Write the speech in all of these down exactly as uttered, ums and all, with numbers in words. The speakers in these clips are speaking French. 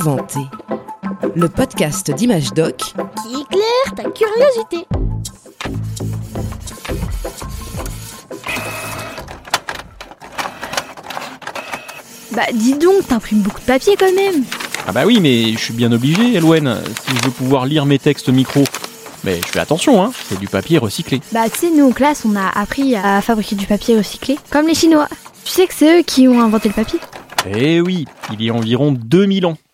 Inventé, le podcast d'ImageDoc qui éclaire ta curiosité. Bah dis donc, t'imprimes beaucoup de papier quand même. Ah bah oui, mais je suis bien obligé, Elouen, si je veux pouvoir lire mes textes au micro. Mais je fais attention, hein, c'est du papier recyclé. Bah tu sais, nous en classe, on a appris à fabriquer du papier recyclé, comme les Chinois. Tu sais que c'est eux qui ont inventé le papier? Eh oui, il y a environ deux mille ans.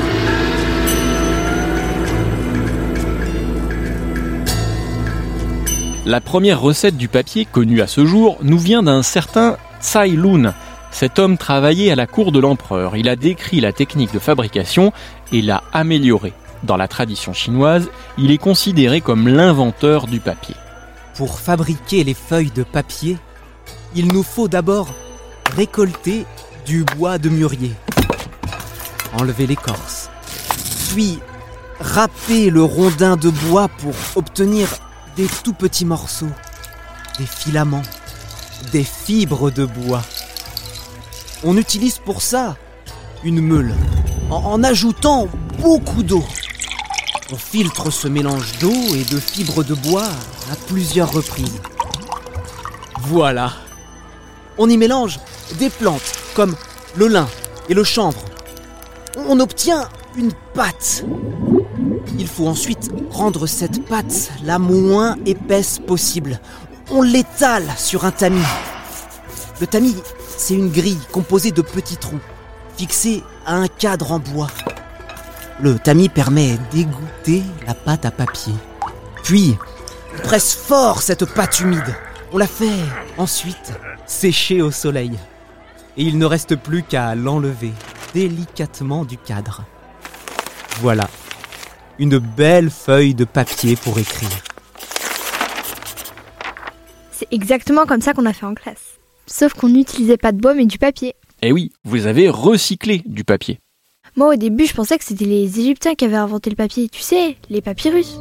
La première recette du papier connue à ce jour nous vient d'un certain Cai Lun. Cet homme travaillait à la cour de l'empereur. Il a décrit la technique de fabrication et l'a améliorée. Dans la tradition chinoise, il est considéré comme l'inventeur du papier. Pour fabriquer les feuilles de papier, il nous faut d'abord récolter du bois de mûrier, enlever l'écorce, puis râper le rondin de bois pour obtenir des tout petits morceaux, des filaments, des fibres de bois. On utilise pour ça une meule, en, en ajoutant beaucoup d'eau. On filtre ce mélange d'eau et de fibres de bois à plusieurs reprises. Voilà. On y mélange des plantes comme le lin et le chanvre. On obtient une pâte. Il faut ensuite rendre cette pâte la moins épaisse possible. On l'étale sur un tamis. Le tamis, c'est une grille composée de petits trous, fixés à un cadre en bois. Le tamis permet d'égoutter la pâte à papier. Puis, on presse fort cette pâte humide. On la fait ensuite sécher au soleil. Et il ne reste plus qu'à l'enlever délicatement du cadre. Voilà, une belle feuille de papier pour écrire. C'est exactement comme ça qu'on a fait en classe. Sauf qu'on n'utilisait pas de bois mais du papier. Eh oui, vous avez recyclé du papier. Moi au début je pensais que c'était les Égyptiens qui avaient inventé le papier, tu sais, les papyrus.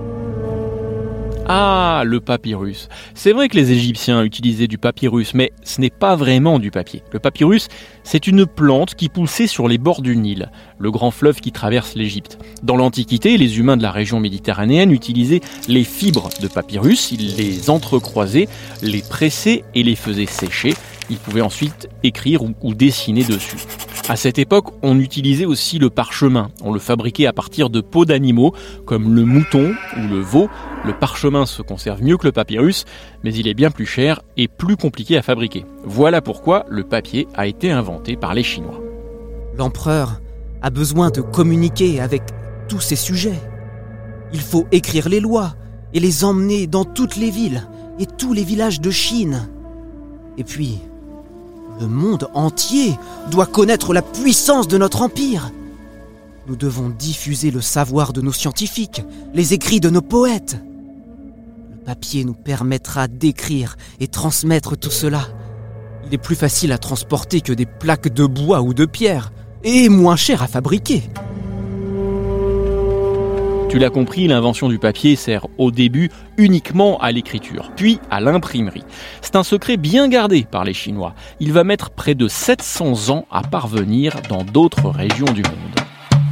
Ah, le papyrus. C'est vrai que les Égyptiens utilisaient du papyrus, mais ce n'est pas vraiment du papier. Le papyrus, c'est une plante qui poussait sur les bords du Nil, le grand fleuve qui traverse l'Égypte. Dans l'Antiquité, les humains de la région méditerranéenne utilisaient les fibres de papyrus, ils les entrecroisaient, les pressaient et les faisaient sécher. Ils pouvaient ensuite écrire ou, ou dessiner dessus. À cette époque, on utilisait aussi le parchemin. On le fabriquait à partir de peaux d'animaux, comme le mouton ou le veau. Le parchemin se conserve mieux que le papyrus, mais il est bien plus cher et plus compliqué à fabriquer. Voilà pourquoi le papier a été inventé par les Chinois. L'empereur a besoin de communiquer avec tous ces sujets. Il faut écrire les lois et les emmener dans toutes les villes et tous les villages de Chine. Et puis, le monde entier doit connaître la puissance de notre empire. Nous devons diffuser le savoir de nos scientifiques, les écrits de nos poètes. Le papier nous permettra d'écrire et transmettre tout cela. Il est plus facile à transporter que des plaques de bois ou de pierre, et moins cher à fabriquer. Tu l'as compris, l'invention du papier sert au début uniquement à l'écriture, puis à l'imprimerie. C'est un secret bien gardé par les Chinois. Il va mettre près de sept cents ans à parvenir dans d'autres régions du monde.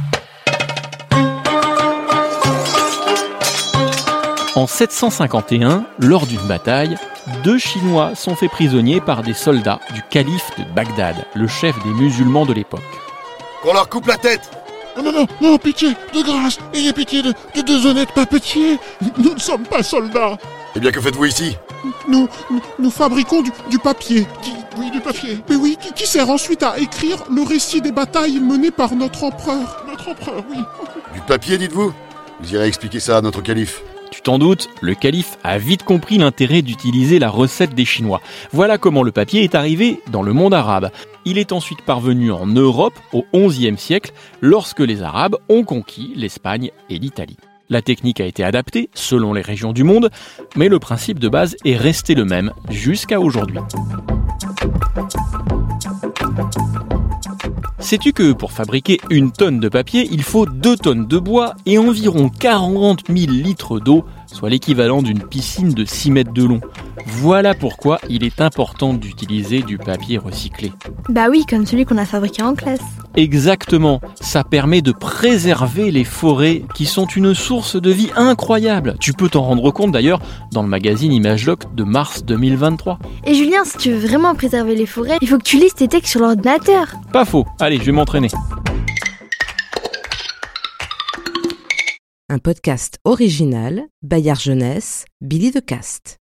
En sept cent cinquante et un, lors d'une bataille, deux Chinois sont faits prisonniers par des soldats du calife de Bagdad, le chef des musulmans de l'époque. Qu'on leur coupe la tête! Non, non, non, non, pitié, de grâce, ayez pitié de, de deux honnêtes papetiers. Nous ne sommes pas soldats. Eh bien, que faites-vous ici? Nous, nous, nous fabriquons du, du papier. Qui, oui, du papier. Mais oui, qui, qui sert ensuite à écrire le récit des batailles menées par notre empereur. Notre empereur, oui. Du papier, dites-vous? Vous irez expliquer ça à notre calife. Tu t'en doutes, le calife a vite compris l'intérêt d'utiliser la recette des Chinois. Voilà comment le papier est arrivé dans le monde arabe. Il est ensuite parvenu en Europe au onzième siècle, lorsque les Arabes ont conquis l'Espagne et l'Italie. La technique a été adaptée selon les régions du monde, mais le principe de base est resté le même jusqu'à aujourd'hui. Sais-tu que pour fabriquer une tonne de papier, il faut deux tonnes de bois et environ quarante mille litres d'eau, soit l'équivalent d'une piscine de six mètres de long. Voilà pourquoi il est important d'utiliser du papier recyclé. Bah oui, comme celui qu'on a fabriqué en classe. Exactement, ça permet de préserver les forêts qui sont une source de vie incroyable. Tu peux t'en rendre compte d'ailleurs dans le magazine ImageDoc de mars deux mille vingt-trois. Et Julien, si tu veux vraiment préserver les forêts, il faut que tu lises tes textes sur l'ordinateur. Pas faux, allez, je vais m'entraîner. Un podcast original, Bayard Jeunesse, Billy de Cast.